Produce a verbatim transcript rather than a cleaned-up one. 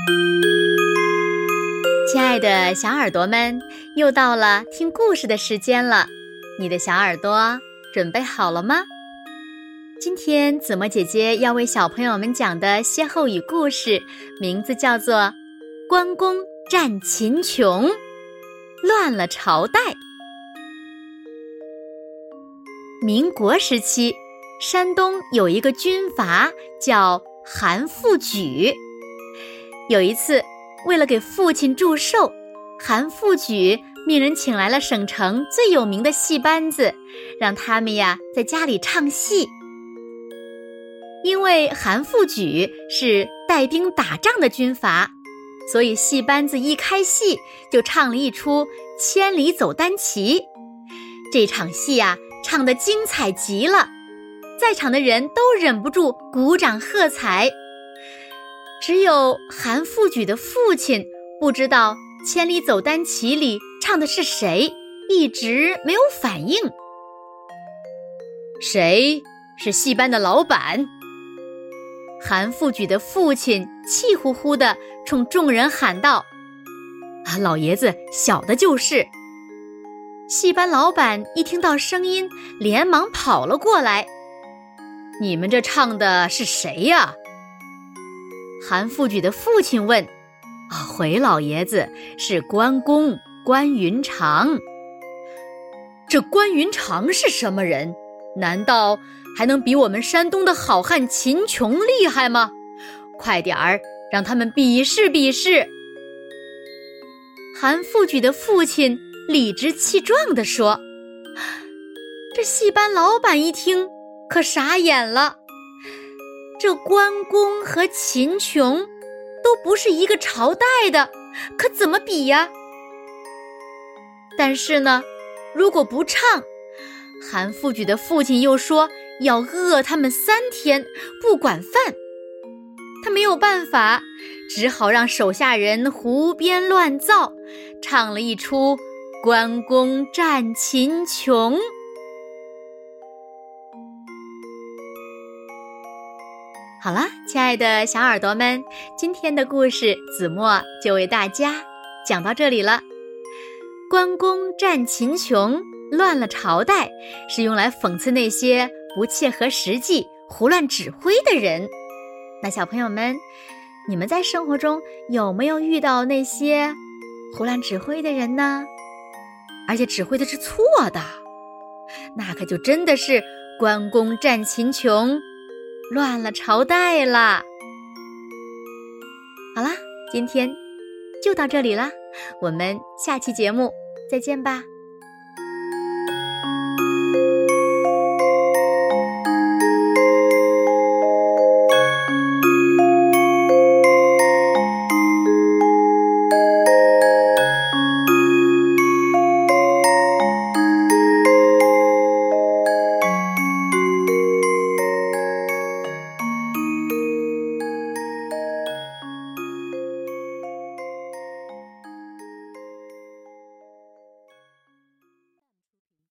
亲爱的小耳朵们，又到了听故事的时间了，你的小耳朵准备好了吗？今天子墨姐姐要为小朋友们讲的歇后语故事，名字叫做关公战秦琼，乱了朝代。民国时期，山东有一个军阀叫韩复榘。有一次，为了给父亲祝寿，韩复榘命人请来了省城最有名的戏班子，让他们呀在家里唱戏。因为韩复榘是带兵打仗的军阀，所以戏班子一开戏就唱了一出《千里走单骑》。这场戏呀唱得精彩极了，在场的人都忍不住鼓掌喝彩。只有韩复榘的父亲不知道《千里走单骑》里唱的是谁，一直没有反应。谁是戏班的老板？韩复榘的父亲气呼呼地冲众人喊道：啊，老爷子，小的就是。戏班老板一听到声音，连忙跑了过来。你们这唱的是谁呀？韩复榘的父亲问。啊，回老爷子，是关公，关云长。这关云长是什么人？难道还能比我们山东的好汉秦琼厉害吗？快点儿让他们比试比试。韩复榘的父亲理直气壮地说。这戏班老板一听可傻眼了，这关公和秦琼都不是一个朝代的，可怎么比呀？但是呢，如果不唱，韩复榘的父亲又说要饿他们三天，不管饭。他没有办法，只好让手下人胡编乱造，唱了一出《关公战秦琼》。好了，亲爱的小耳朵们，今天的故事子墨就为大家讲到这里了。关公战秦琼，乱了朝代，是用来讽刺那些不切合实际、胡乱指挥的人。那小朋友们，你们在生活中有没有遇到那些胡乱指挥的人呢？而且指挥的是错的，那可就真的是关公战秦琼，乱了朝代啦。好啦，今天就到这里啦，我们下期节目再见吧。